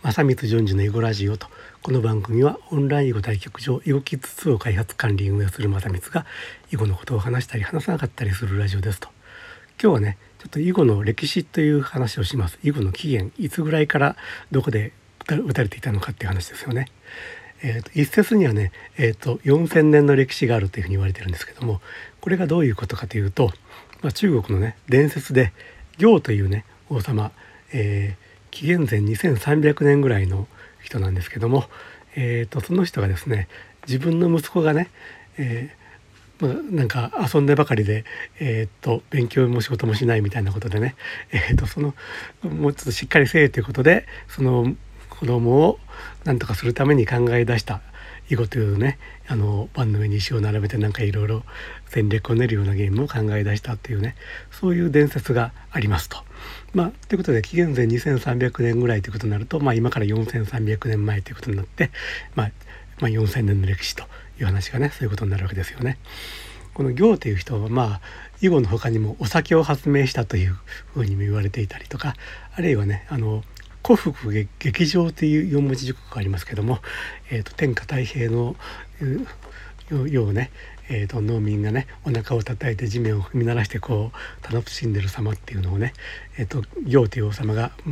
正光順次の囲碁ラジオと。この番組はオンライン囲碁対局場囲碁キッズ2を開発管理運営する正光が囲碁のことを話したり話さなかったりするラジオですと。今日はねちょっと囲碁の歴史という話をします。囲碁の起源、いつぐらいからどこで打たれていたのかっていう話ですよね。一説にはね、4000年の歴史があるというふうに言われてるんですけども、これがどういうことかというと、中国のね伝説で堯というね王様、紀元前2300年ぐらいの人なんですけども、その人がですね自分の息子がね、なんか遊んでばかりで、勉強も仕事もしないみたいなことでね、もうちょっとしっかりせえということでその子供を何とかするために考え出した囲碁というね盤の上に石を並べてなんかいろいろ戦略を練るようなゲームを考え出したっていうね、そういう伝説がありますと。ということで紀元前2300年ぐらいということになると、今から4300年前ということになって、4000年の歴史という話がねそういうことになるわけですよね。この堯という人は囲碁の他にもお酒を発明したというふうにも言われていたりとか、あるいはね古福劇場という四文字熟語がありますけども、天下太平の世をね、農民がねお腹を叩いて地面を踏み鳴らしてこう楽しんでる様っていうのをね、堯という王様が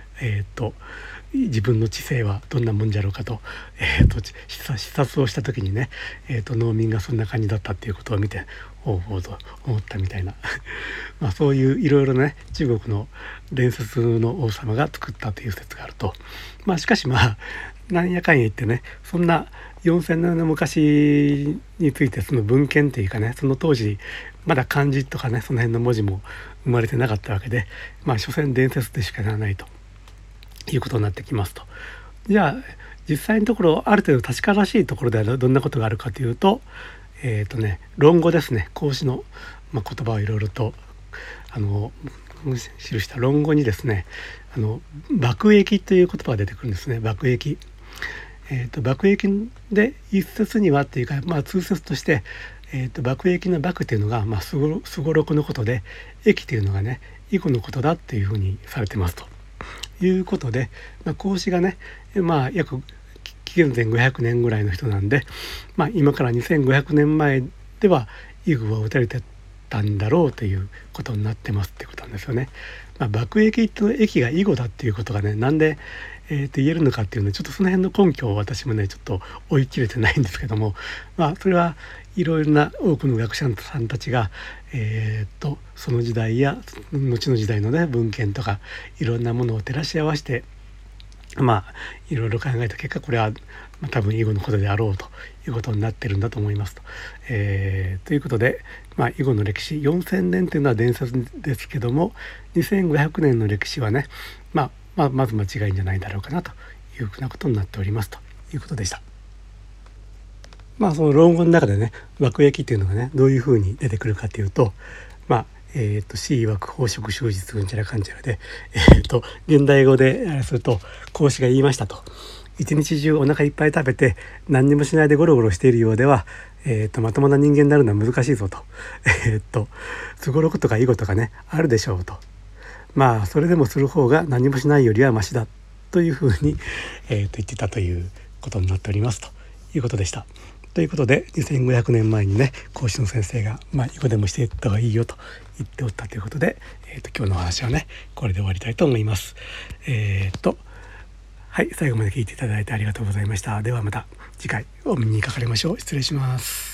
自分の知性はどんなもんじゃろうかと、視察をした時にね、農民がそんな感じだったっていうことを見ておうと思ったみたいなそういういろいろね中国の伝説の王様が作ったという説があると。しかしなんやかんや言ってねそんな4000年の昔についてその文献っていうかね、その当時まだ漢字とかねその辺の文字も生まれてなかったわけで、所詮伝説でしかならないということになってきますと。じゃあ実際のところある程度確からしいところではどんなことがあるかというと、論語ですね。孔子の、言葉をいろいろと記した論語にですね爆易という言葉が出てくるんですね。爆易。爆易で一説にはっていうか、通説として、爆易の爆というのがすごろくのことで、易というのがね囲碁のことだっていうふうにされてますということで、孔子がね約紀元前500年ぐらいの人なんで、今から2500年前では囲碁は打たれてたんだろうということになってますってことなんですよね。爆易と易が囲碁だっていうことがねなんで、言えるのかっていうのちょっとその辺の根拠を私もねちょっと追い切れてないんですけども、それはいろいろな多くの学者さんたちが、その時代や後の時代のね文献とかいろんなものを照らし合わせていろいろ考えた結果これは多分囲碁のことであろうということになってるんだと思いますと。ということで、囲碁の歴史4000年というのは伝説ですけども、2500年の歴史はね、まず間違いじゃないだろうかなというふうなことになっておりますということでした。その論語の中でね爆易というのがねどういうふうに出てくるかというと、C 曰く飽食終日うんちゃらかんちゃらで、現代語であれすると孔子が言いましたと。一日中お腹いっぱい食べて何にもしないでゴロゴロしているようでは、まともな人間になるのは難しいぞと。すごろくとか囲碁とかねあるでしょうと。それでもする方が何もしないよりはマシだというふうに、言ってたということになっておりますということでした。ということで2500年前にね孔子の先生が囲碁でもしていった方がいいよと言っておったということで、今日のお話はねこれで終わりたいと思います。はい、最後まで聞いていただいてありがとうございました。ではまた次回お目にかかりましょう。失礼します。